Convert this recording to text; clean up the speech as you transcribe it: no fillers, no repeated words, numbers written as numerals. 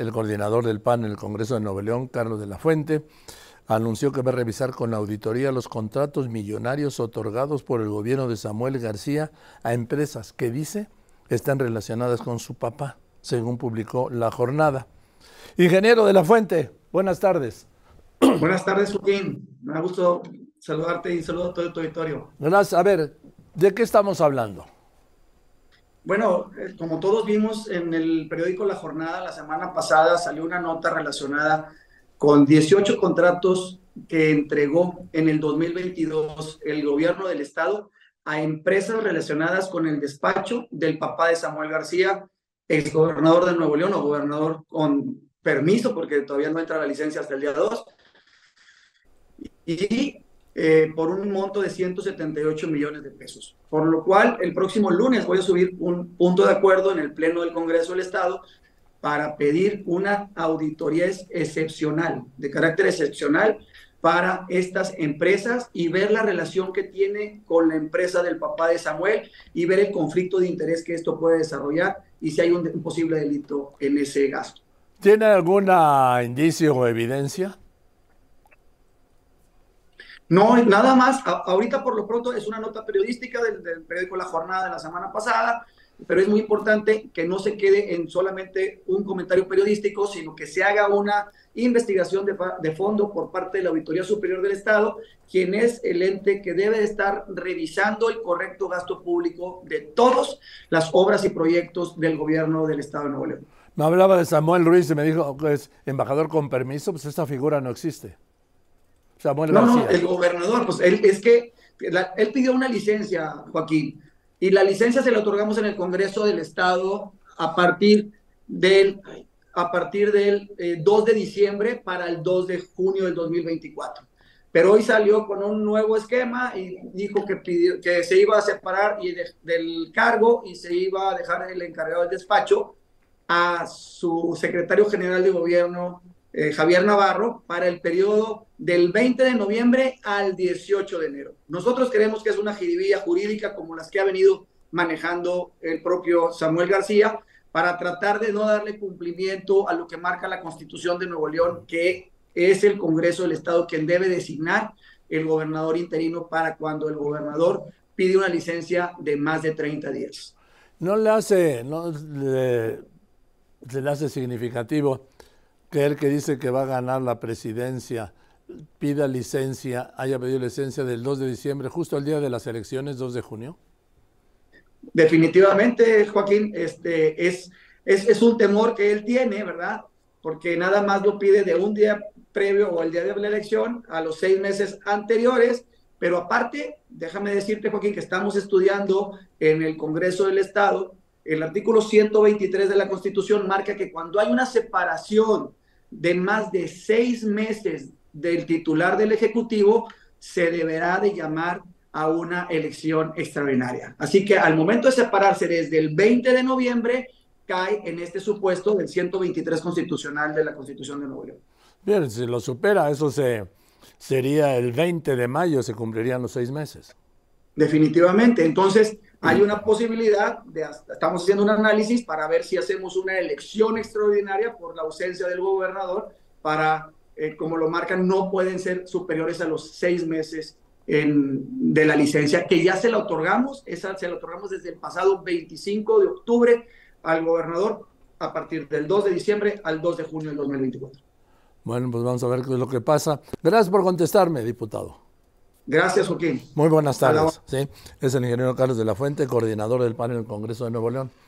el coordinador del PAN en el Congreso de Nuevo León, Carlos de la Fuente, anunció que va a revisar con auditoría los contratos millonarios otorgados por el gobierno de Samuel García a empresas que dice están relacionadas con su papá, según publicó La Jornada. Ingeniero de la Fuente, buenas tardes. Buenas tardes, Joaquín. Me da gusto saludarte y saludo a todo tu auditorio. Gracias. A ver, ¿de qué estamos hablando? Bueno, como todos vimos en el periódico La Jornada, la semana pasada salió una nota relacionada con 18 contratos que entregó en el 2022 el gobierno del estado a empresas relacionadas con el despacho del papá de Samuel García, exgobernador de Nuevo León o gobernador con permiso, porque todavía no entra la licencia hasta el día 2, y por un monto de 178 millones de pesos. Por lo cual, el próximo lunes voy a subir un punto de acuerdo en el Pleno del Congreso del Estado para pedir una auditoría excepcional, de carácter excepcional, para estas empresas y ver la relación que tiene con la empresa del papá de Samuel y ver el conflicto de interés que esto puede desarrollar y si hay un posible delito en ese gasto. ¿Tiene algún indicio o evidencia? No, nada más, ahorita por lo pronto es una nota periodística del periódico La Jornada de la semana pasada, pero es muy importante que no se quede en solamente un comentario periodístico, sino que se haga una investigación de fondo por parte de la Auditoría Superior del Estado, quien es el ente que debe de estar revisando el correcto gasto público de todas las obras y proyectos del gobierno del Estado de Nuevo León. Me hablaba de Samuel Ruiz y me dijo que es embajador con permiso, pues esta figura no existe. Samuel García. No, el gobernador, pues él pidió una licencia, Joaquín, y la licencia se la otorgamos en el Congreso del Estado a partir del 2 de diciembre para el 2 de junio del 2024. Pero hoy salió con un nuevo esquema y dijo que se iba a separar del cargo y se iba a dejar el encargado del despacho a su secretario general de gobierno, Javier Navarro, para el periodo del 20 de noviembre al 18 de enero. Nosotros creemos que es una jiribilla jurídica como las que ha venido manejando el propio Samuel García para tratar de no darle cumplimiento a lo que marca la Constitución de Nuevo León, que es el Congreso del Estado quien debe designar el gobernador interino para cuando el gobernador pide una licencia de más de 30 días. Se le hace significativo que él que dice que va a ganar la presidencia pida licencia, haya pedido licencia del 2 de diciembre, justo el día de las elecciones, 2 de junio? Definitivamente, Joaquín, es un temor que él tiene, ¿verdad? Porque nada más lo pide de un día previo o el día de la elección a los 6 meses anteriores, pero aparte, déjame decirte, Joaquín, que estamos estudiando en el Congreso del Estado, el artículo 123 de la Constitución marca que cuando hay una separación de más de 6 meses del titular del Ejecutivo, se deberá de llamar a una elección extraordinaria. Así que al momento de separarse desde el 20 de noviembre, cae en este supuesto del 123 constitucional de la Constitución de Nuevo León. Bien, si lo supera, eso sería el 20 de mayo, se cumplirían los 6 meses. Definitivamente. Entonces, hay una posibilidad, estamos haciendo un análisis para ver si hacemos una elección extraordinaria por la ausencia del gobernador para, como lo marcan, no pueden ser superiores a los 6 meses de la licencia, que ya se la otorgamos, se la otorgamos desde el pasado 25 de octubre al gobernador a partir del 2 de diciembre al 2 de junio del 2024. Bueno, pues vamos a ver qué es lo que pasa. Gracias por contestarme, diputado. Gracias, Joaquín. Muy buenas tardes. Sí, es el ingeniero Carlos de la Fuente, coordinador del PAN en el Congreso de Nuevo León.